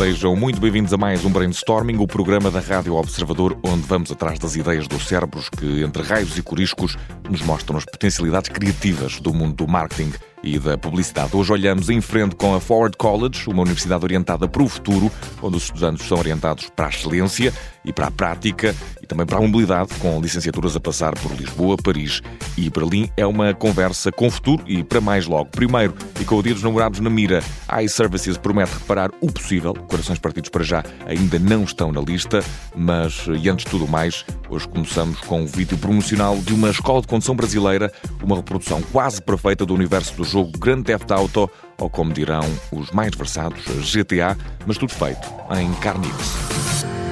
Sejam muito bem-vindos a mais um Brainstorming, o programa da Rádio Observador, onde vamos atrás das ideias dos cérebros que, entre raios e coriscos, nos mostram as potencialidades criativas do mundo do marketing e da publicidade. Hoje olhamos em frente com a Forward College, uma universidade orientada para o futuro, onde os estudantes são orientados para a excelência e para a prática e também para a mobilidade, com licenciaturas a passar por Lisboa, Paris e Berlim. É uma conversa com o futuro e para mais logo. Primeiro, e com o Dia dos Namorados na mira, a iServices promete reparar o possível. Corações partidos para já ainda não estão na lista, mas, e antes de tudo mais, hoje começamos com um vídeo promocional de uma escola de condução brasileira, uma reprodução quase perfeita do universo do jogo Grand Theft Auto, ou como dirão os mais versados, GTA, mas tudo feito em carne e osso.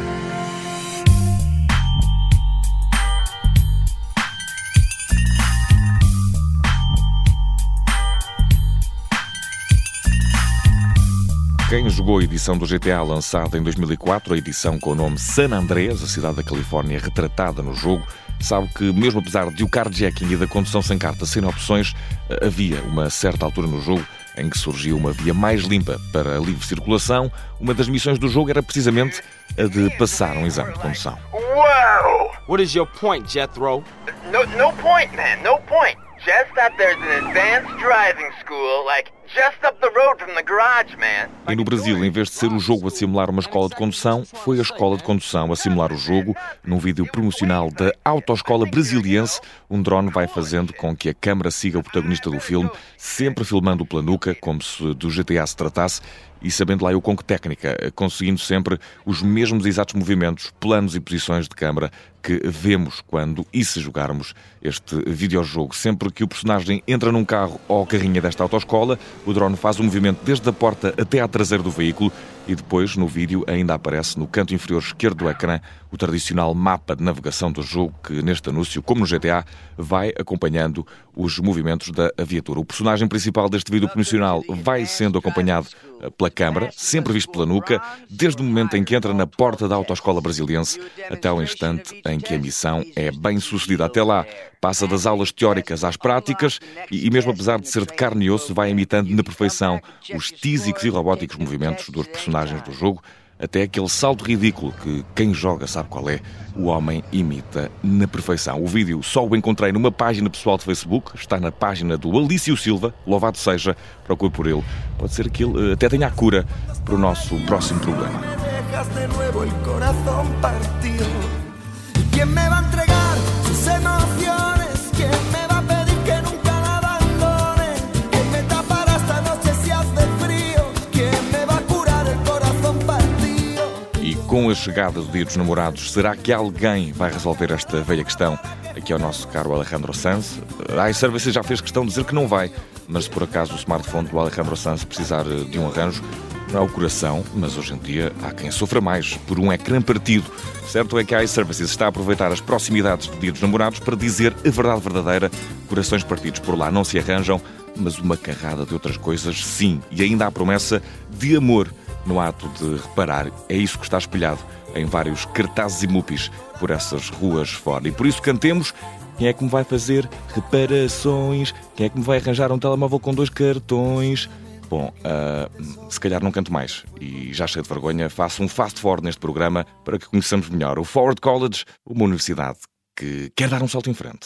Quem jogou a edição do GTA lançada em 2004, a edição com o nome San Andreas, a cidade da Califórnia retratada no jogo, sabe que mesmo apesar de o carjacking e da condução sem carta serem opções, havia uma certa altura no jogo em que surgiu uma via mais limpa para a livre circulação. Uma das missões do jogo era precisamente a de passar um exame de condução. Whoa! What is your point, Jethro? No point, man. No point. Just that there's an advanced driving school, like, just up the road from the garage, man. E no Brasil, em vez de ser o jogo a simular uma escola de condução, foi a escola de condução a simular o jogo. Num vídeo promocional da Autoescola Brasiliense, um drone vai fazendo com que a câmara siga o protagonista do filme, sempre filmando o planuca, como se do GTA se tratasse, e sabendo lá eu com que técnica, conseguindo sempre os mesmos exatos movimentos, planos e posições de câmara que vemos quando e se jogarmos este videojogo. Sempre que o personagem entra num carro ou carrinha desta autoescola, o drone faz o movimento desde a porta até à traseira do veículo e depois, no vídeo, ainda aparece no canto inferior esquerdo do ecrã o tradicional mapa de navegação do jogo que, neste anúncio, como no GTA, vai acompanhando os movimentos da viatura. O personagem principal deste vídeo promocional vai sendo acompanhado pela câmara, sempre visto pela nuca, desde o momento em que entra na porta da Autoescola Brasiliense até ao instante em que a missão é bem sucedida. Até lá, passa das aulas teóricas às práticas e mesmo apesar de ser de carne e osso, vai imitando na perfeição os tísicos e robóticos movimentos dos personagens do jogo, até aquele salto ridículo que quem joga sabe qual é, o homem imita na perfeição. O vídeo só o encontrei numa página pessoal de Facebook, está na página do Alício Silva, louvado seja, procure por ele. Pode ser que ele até tenha a cura para o nosso próximo problema. Com a chegada do Dia dos Namorados, será que alguém vai resolver esta velha questão? Aqui é o nosso caro Alejandro Sanz. A iServices já fez questão de dizer que não vai, mas se por acaso o smartphone do Alejandro Sanz precisar de um arranjo, não é o coração, mas hoje em dia há quem sofra mais por um ecrã partido. Certo é que a iServices está a aproveitar as proximidades do Dia dos Namorados para dizer a verdade verdadeira. Corações partidos por lá não se arranjam, mas uma carrada de outras coisas sim. E ainda há promessa de amor no ato de reparar. É isso que está espelhado em vários cartazes e mupis por essas ruas fora. E por isso cantemos: quem é que me vai fazer reparações? Quem é que me vai arranjar um telemóvel com 2 cartões? Bom, se calhar não canto mais. E já cheio de vergonha, faço um fast forward neste programa para que conheçamos melhor o Forward College, uma universidade que quer dar um salto em frente.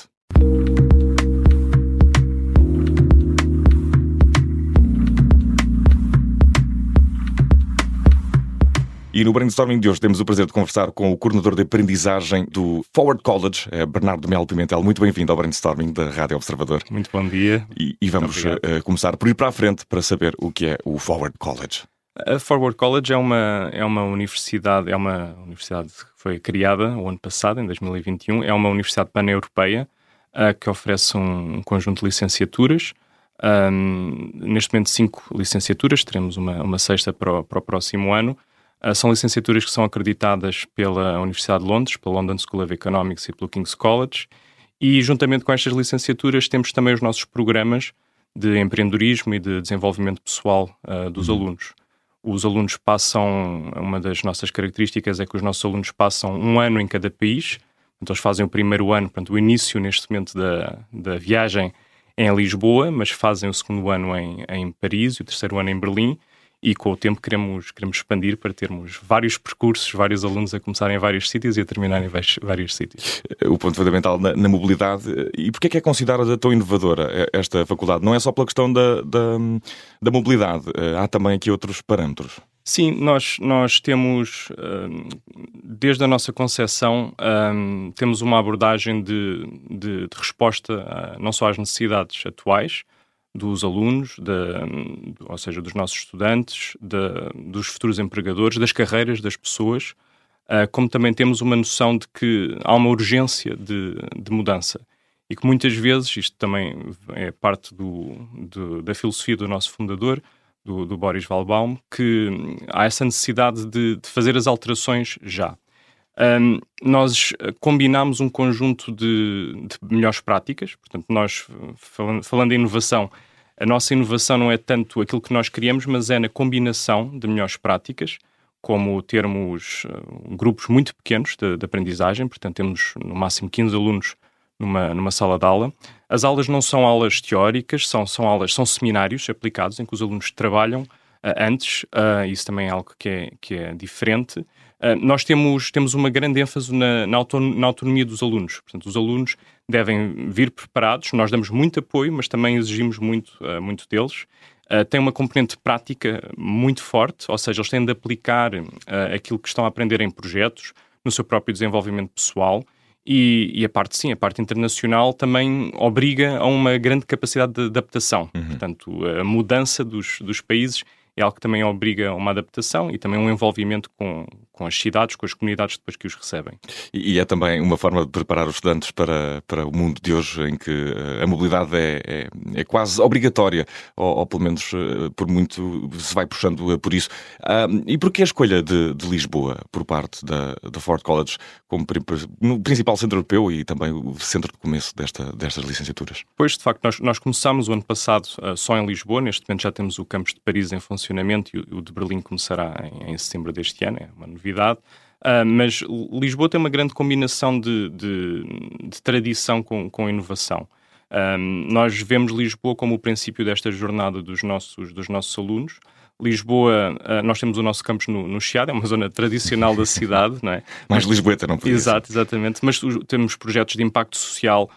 E no Brainstorming de hoje temos o prazer de conversar com o coordenador de aprendizagem do Forward College, Bernardo Melo Pimentel. Muito bem-vindo ao Brainstorming da Rádio Observador. Muito bom dia. E vamos começar por ir para a frente para saber o que é o Forward College. A Forward College é uma universidade que foi criada o ano passado, em 2021. É uma universidade pan-europeia que oferece um conjunto de licenciaturas. Neste momento 5 licenciaturas, teremos uma sexta para o próximo ano. São licenciaturas que são acreditadas pela Universidade de Londres, pela London School of Economics e pelo King's College, e juntamente com estas licenciaturas temos também os nossos programas de empreendedorismo e de desenvolvimento pessoal dos alunos. Os alunos passam, uma das nossas características é que os nossos alunos passam um ano em cada país, então eles fazem o primeiro ano, portanto o início neste momento da viagem é em Lisboa, mas fazem o segundo ano em Paris e o terceiro ano em Berlim, e com o tempo queremos expandir para termos vários percursos, vários alunos a começarem em vários sítios e a terminarem em vários sítios. O ponto fundamental na mobilidade. E porquê é que é considerada tão inovadora esta faculdade? Não é só pela questão da mobilidade, há também aqui outros parâmetros. Sim, nós temos, desde a nossa concepção, temos uma abordagem de resposta não só às necessidades atuais dos alunos, ou seja, dos nossos estudantes, dos futuros empregadores, das carreiras das pessoas, como também temos uma noção de que há uma urgência de mudança. E que muitas vezes, isto também é parte da filosofia do nosso fundador, do Boris Walbaum, que há essa necessidade de fazer as alterações já. Nós combinamos um conjunto de melhores práticas, portanto, nós, falando em inovação, a nossa inovação não é tanto aquilo que nós criamos, mas é na combinação de melhores práticas, como termos grupos muito pequenos de aprendizagem, portanto, temos no máximo 15 alunos numa sala de aula. As aulas não são aulas teóricas, são seminários aplicados, em que os alunos trabalham antes, isso também é algo que é diferente. Nós temos uma grande ênfase na autonomia dos alunos. Portanto, os alunos devem vir preparados, nós damos muito apoio, mas também exigimos muito deles. Tem uma componente prática muito forte, ou seja, eles têm de aplicar aquilo que estão a aprender em projetos, no seu próprio desenvolvimento pessoal, e a parte internacional também obriga a uma grande capacidade de adaptação. Portanto, a mudança dos países é algo que também obriga a uma adaptação e também um envolvimento com as cidades, com as comunidades depois que os recebem. E é também uma forma de preparar os estudantes para o mundo de hoje, em que a mobilidade é quase obrigatória, ou pelo menos por muito se vai puxando por isso. E porquê a escolha de Lisboa por parte da Ford College como no principal centro europeu e também o centro de começo destas licenciaturas? Pois, de facto, nós começámos o ano passado só em Lisboa. Neste momento já temos o campus de Paris em funcionamento e o de Berlim começará em setembro deste ano, é uma novidade. Mas Lisboa tem uma grande combinação de tradição com inovação. Nós vemos Lisboa como o princípio desta jornada dos nossos alunos. Lisboa, nós temos o nosso campus no Chiado, é uma zona tradicional da cidade, não é? Mais lisboeta, não podia ser. Exatamente. Mas temos projetos de impacto social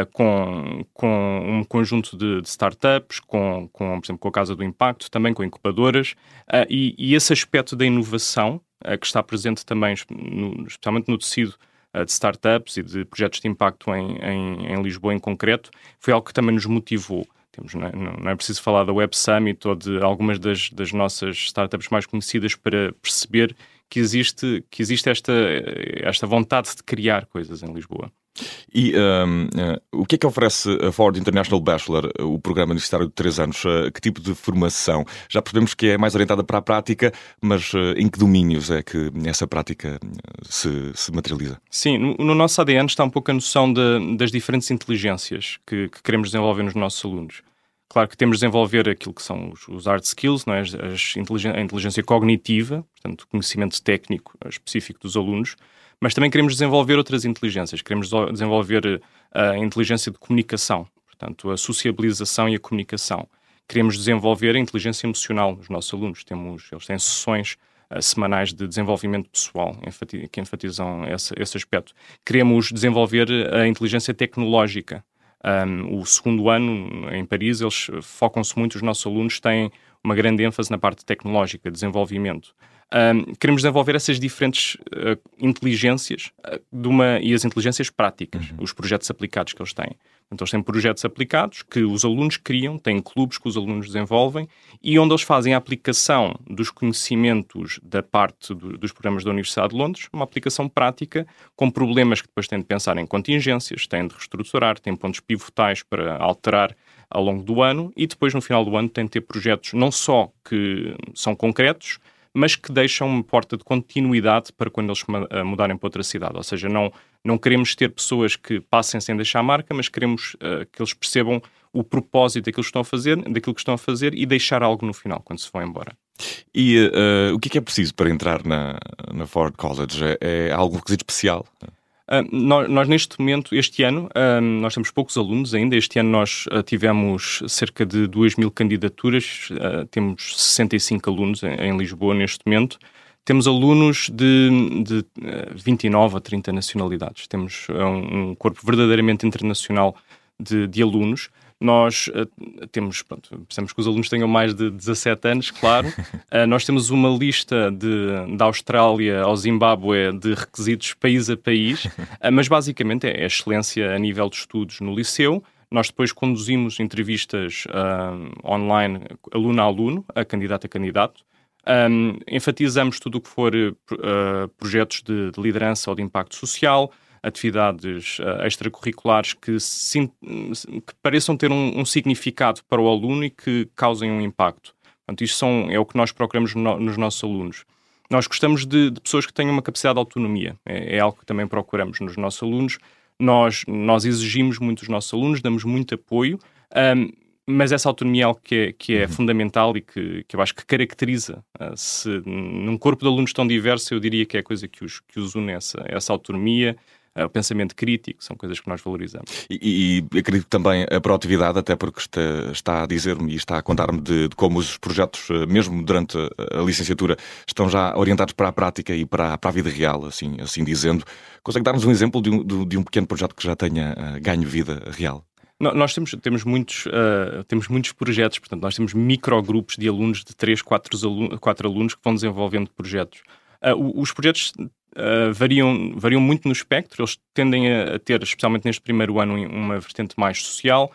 com um conjunto de startups, por exemplo, com a Casa do Impacto, também com incubadoras, e esse aspecto da inovação, que está presente também, especialmente no tecido de startups e de projetos de impacto em Lisboa em concreto, foi algo que também nos motivou. Não é preciso falar da Web Summit ou de algumas das nossas startups mais conhecidas para perceber que existe esta vontade de criar coisas em Lisboa. E o que é que oferece a Ford International Bachelor, o programa universitário de 3 anos? Que tipo de formação? Já percebemos que é mais orientada para a prática, mas em que domínios é que essa prática se materializa? Sim, no nosso ADN está um pouco a noção das diferentes inteligências que queremos desenvolver nos nossos alunos. Claro que temos de desenvolver aquilo que são os hard skills, não é? A inteligência cognitiva, portanto, o conhecimento técnico específico dos alunos, mas também queremos desenvolver outras inteligências. Queremos desenvolver a inteligência de comunicação, portanto, a sociabilização e a comunicação. Queremos desenvolver a inteligência emocional nos nossos alunos. Eles têm sessões semanais de desenvolvimento pessoal que enfatizam esse aspecto. Queremos desenvolver a inteligência tecnológica. O segundo ano, em Paris, eles focam-se muito, os nossos alunos têm uma grande ênfase na parte tecnológica, desenvolvimento. Queremos desenvolver essas diferentes inteligências e as inteligências práticas, os projetos aplicados que eles têm. Então, eles têm projetos aplicados que os alunos criam, têm clubes que os alunos desenvolvem e onde eles fazem a aplicação dos conhecimentos da parte dos programas da Universidade de Londres, uma aplicação prática com problemas que depois têm de pensar em contingências, têm de reestruturar, têm pontos pivotais para alterar ao longo do ano e depois, no final do ano, têm de ter projetos não só que são concretos, mas que deixam uma porta de continuidade para quando eles mudarem para outra cidade. Ou seja, não queremos ter pessoas que passem sem deixar marca, mas queremos que eles percebam o propósito daquilo que estão a fazer e deixar algo no final, quando se vão embora. E o que é preciso para entrar na Ford College? É algo requisito especial? Nós neste momento, este ano, nós temos poucos alunos ainda. Este ano nós tivemos cerca de 2.000 candidaturas, temos 65 alunos em Lisboa neste momento. Temos alunos de 29 a 30 nacionalidades. Temos um corpo verdadeiramente internacional de alunos. Nós precisamos que os alunos tenham mais de 17 anos, claro. Nós temos uma lista da Austrália ao Zimbábue de requisitos país a país, mas basicamente é a excelência a nível de estudos no liceu. Nós depois conduzimos entrevistas online, aluno a aluno, a candidato a candidato. Enfatizamos tudo o que for projetos de liderança ou de impacto social, atividades extracurriculares que pareçam ter um significado para o aluno e que causem um impacto. Portanto, isto é o que nós procuramos nos nossos alunos. Nós gostamos de pessoas que tenham uma capacidade de autonomia. É algo que também procuramos nos nossos alunos. Nós exigimos muito dos nossos alunos, damos muito apoio, mas essa autonomia é algo que é fundamental e que eu acho que caracteriza. Se num corpo de alunos tão diverso, eu diria que é a coisa que os une, essa autonomia, o pensamento crítico, são coisas que nós valorizamos. E acredito também a proatividade, até porque está a dizer-me e está a contar-me de como os projetos, mesmo durante a licenciatura, estão já orientados para a prática e para a vida real, assim dizendo. Consegue dar-nos um exemplo de um pequeno projeto que já tenha ganho vida real? Nós temos muitos projetos, portanto, nós temos microgrupos de alunos de 3, 4 alunos que vão desenvolvendo projetos. Os projetos variam muito no espectro, eles tendem a ter, especialmente neste primeiro ano, uma vertente mais social.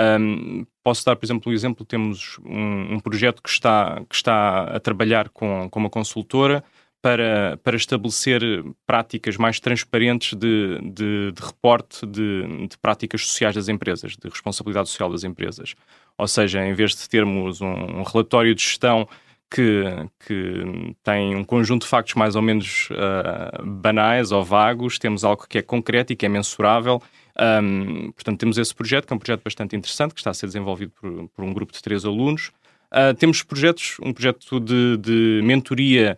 Posso dar, por exemplo, um exemplo. Temos um projeto que está a trabalhar com uma consultora para estabelecer práticas mais transparentes de reporte de práticas sociais das empresas, de responsabilidade social das empresas. Ou seja, em vez de termos um relatório de gestão que tem um conjunto de factos mais ou menos banais ou vagos, temos algo que é concreto e que é mensurável. Portanto, temos esse projeto, que é um projeto bastante interessante, que está a ser desenvolvido por um grupo de 3 alunos. Temos um projeto de mentoria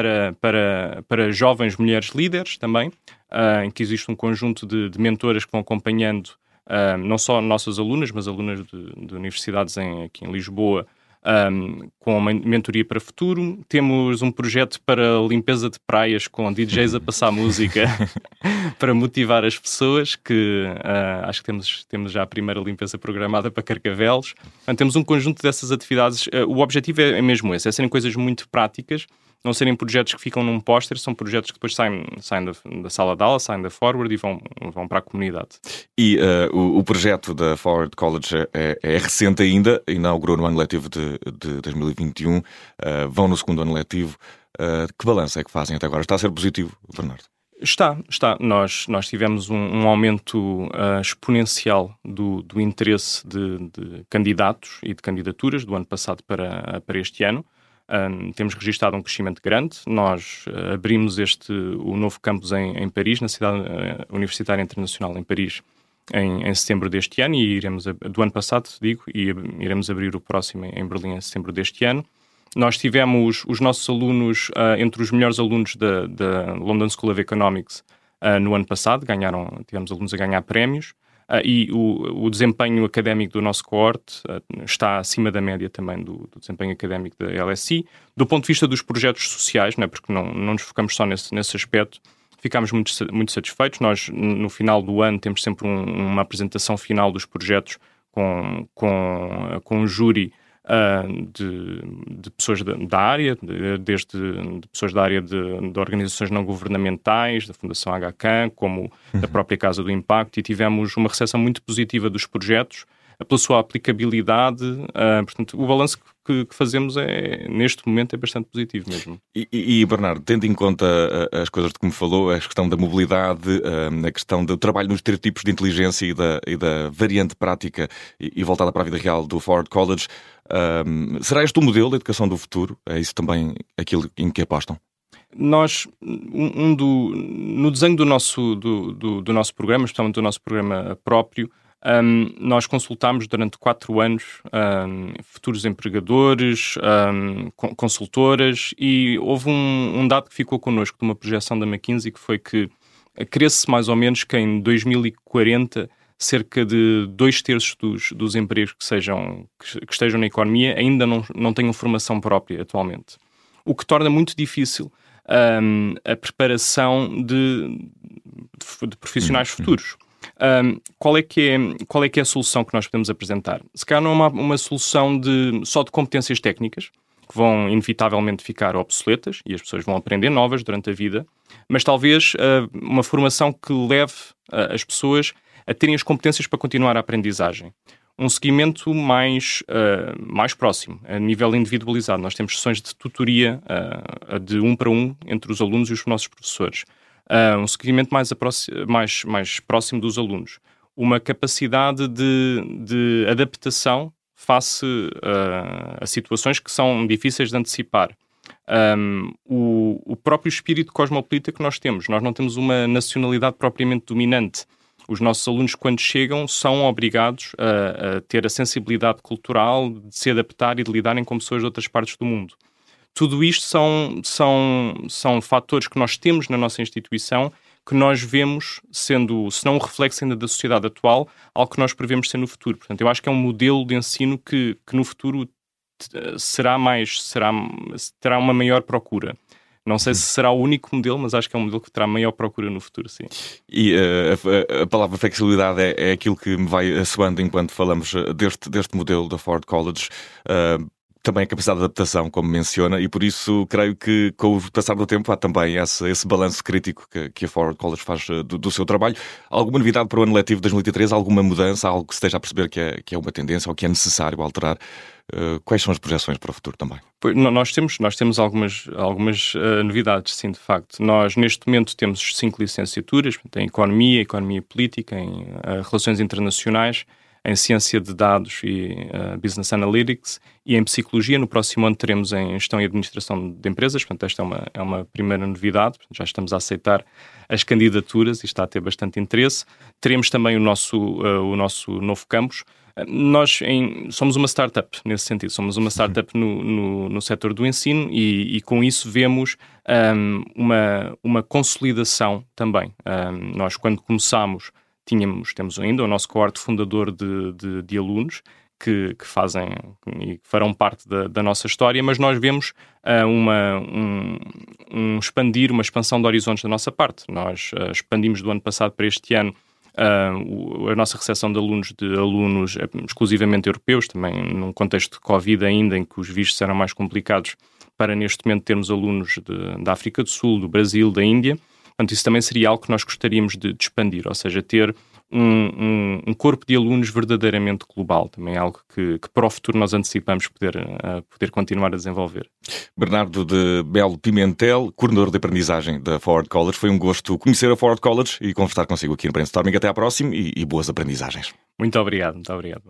para jovens mulheres líderes também, em que existe um conjunto de mentoras que vão acompanhando não só nossas alunas, mas alunas de universidades aqui em Lisboa, com uma mentoria para futuro. Temos um projeto para limpeza de praias com DJs a passar música para motivar as pessoas, que acho que temos já a primeira limpeza programada para Carcavelos. Temos um conjunto dessas atividades. O objetivo é mesmo esse, é serem coisas muito práticas, não serem projetos que ficam num póster, são projetos que depois saem da sala de aula, saem da Forward e vão para a comunidade. E o projeto da Forward College é recente ainda, inaugurou no ano letivo de 2021, vão no segundo ano letivo. Que balanço é que fazem até agora? Está a ser positivo, Bernardo? Está. Nós tivemos um aumento exponencial do interesse de candidatos e de candidaturas do ano passado para este ano. Temos registado um crescimento grande. Nós abrimos o novo campus em Paris, na Cidade Universitária Internacional em Paris, em setembro deste ano, e do ano passado, e iremos abrir o próximo em Berlim em setembro deste ano. Nós tivemos os nossos alunos entre os melhores alunos da London School of Economics no ano passado. Tivemos alunos a ganhar prémios. E o desempenho académico do nosso coorte está acima da média também do desempenho académico da LSI. Do ponto de vista dos projetos sociais, não é? Porque não nos focamos só nesse aspecto, ficámos muito satisfeitos. Nós, no final do ano, temos sempre uma apresentação final dos projetos com um júri de pessoas da área, desde de pessoas da área de organizações não governamentais, da Fundação HCAN, como da própria Casa do Impacto, e tivemos uma recepção muito positiva dos projetos, pela sua aplicabilidade. Portanto, o balanço que fazemos neste momento é bastante positivo mesmo. E Bernardo, tendo em conta as coisas de que me falou, a questão da mobilidade, a questão do trabalho nos estereotipos de inteligência e da variante prática e voltada para a vida real do Forward College, será este o modelo de educação do futuro? É isso também aquilo em que apostam? Nós, no desenho do nosso programa, especialmente do nosso programa próprio, nós consultámos durante 4 anos futuros empregadores, consultoras, e houve um dado que ficou connosco de uma projeção da McKinsey, que foi que crê-se mais ou menos que em 2040 cerca de 2/3 dos empregos que estejam na economia ainda não tenham formação própria atualmente. O que torna muito difícil a preparação de profissionais futuros. Qual é que é a solução que nós podemos apresentar? Se calhar não é uma solução só de competências técnicas, que vão inevitavelmente ficar obsoletas e as pessoas vão aprender novas durante a vida, mas talvez uma formação que leve as pessoas a terem as competências para continuar a aprendizagem. Um seguimento mais próximo, a nível individualizado. Nós temos sessões de tutoria de 1 para 1 entre os alunos e os nossos professores. Um seguimento mais próximo dos alunos. Uma capacidade de adaptação face a situações que são difíceis de antecipar. O próprio espírito cosmopolita que nós temos. Nós não temos uma nacionalidade propriamente dominante. Os nossos alunos, quando chegam, são obrigados a ter a sensibilidade cultural de se adaptar e de lidarem com pessoas de outras partes do mundo. Tudo isto são fatores que nós temos na nossa instituição que nós vemos sendo, se não um reflexo ainda da sociedade atual, algo que nós prevemos ser no futuro. Portanto, eu acho que é um modelo de ensino que no futuro terá uma maior procura. Não sei se será o único modelo, mas acho que é um modelo que terá maior procura no futuro, sim. E a palavra flexibilidade é aquilo que me vai assoando enquanto falamos deste modelo da Ford College. Também a capacidade de adaptação, como menciona, e por isso creio que com o passar do tempo há também esse balanço crítico que a Ford College faz do seu trabalho. Alguma novidade para o ano letivo de 2023? Alguma mudança? Algo que se esteja a perceber que é uma tendência ou que é necessário alterar? Quais são as projeções para o futuro também? Nós temos algumas novidades, sim, de facto. Nós, neste momento, temos 5 licenciaturas, em Economia Política, em Relações Internacionais, em Ciência de Dados e Business Analytics e em Psicologia. No próximo ano teremos em Gestão e Administração de Empresas, portanto esta é uma primeira novidade, portanto, já estamos a aceitar as candidaturas e está a ter bastante interesse. Teremos também o nosso novo campus. Nós somos uma startup nesse sentido, somos uma startup no setor do ensino e com isso vemos uma consolidação também. Nós quando começámos temos ainda o nosso coorte fundador de alunos que fazem e que farão parte da nossa história, mas nós vemos uma expansão de horizontes da nossa parte. Nós expandimos do ano passado para este ano a nossa recepção de alunos exclusivamente europeus, também num contexto de Covid ainda, em que os vistos eram mais complicados, para neste momento termos alunos da África do Sul, do Brasil, da Índia. Portanto, isso também seria algo que nós gostaríamos de expandir, ou seja, ter um corpo de alunos verdadeiramente global. Também é algo que para o futuro nós antecipamos poder continuar a desenvolver. Bernardo de Melo Pimentel, coordenador de aprendizagem da Ford College. Foi um gosto conhecer a Ford College e conversar consigo aqui no Brainstorming. Até à próxima e boas aprendizagens. Muito obrigado, muito obrigado.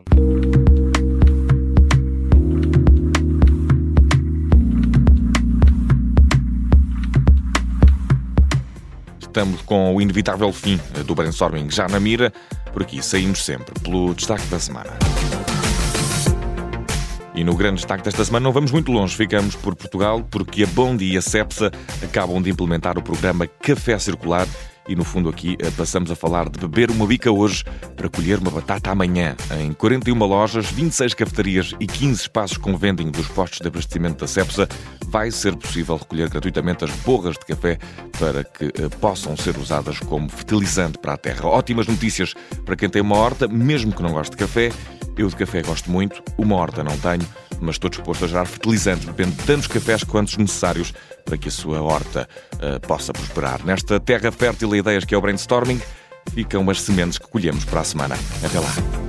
Estamos com o inevitável fim do Brainstorming já na mira. Por aqui saímos sempre pelo destaque da semana. E no grande destaque desta semana não vamos muito longe, ficamos por Portugal, porque a Bondi e a Cepsa acabam de implementar o programa Café Circular e no fundo aqui passamos a falar de beber uma bica hoje para colher uma batata amanhã. Em 41 lojas, 26 cafetarias e 15 espaços com vending dos postos de abastecimento da Cepsa, vai ser possível recolher gratuitamente as borras de café para que possam ser usadas como fertilizante para a terra. Ótimas notícias para quem tem uma horta, mesmo que não goste de café. Eu de café gosto muito, uma horta não tenho, mas estou disposto a gerar fertilizante, bebendo tantos cafés quantos necessários para que a sua horta possa prosperar. Nesta terra fértil e ideias que é o Brainstorming, ficam as sementes que colhemos para a semana. Até lá.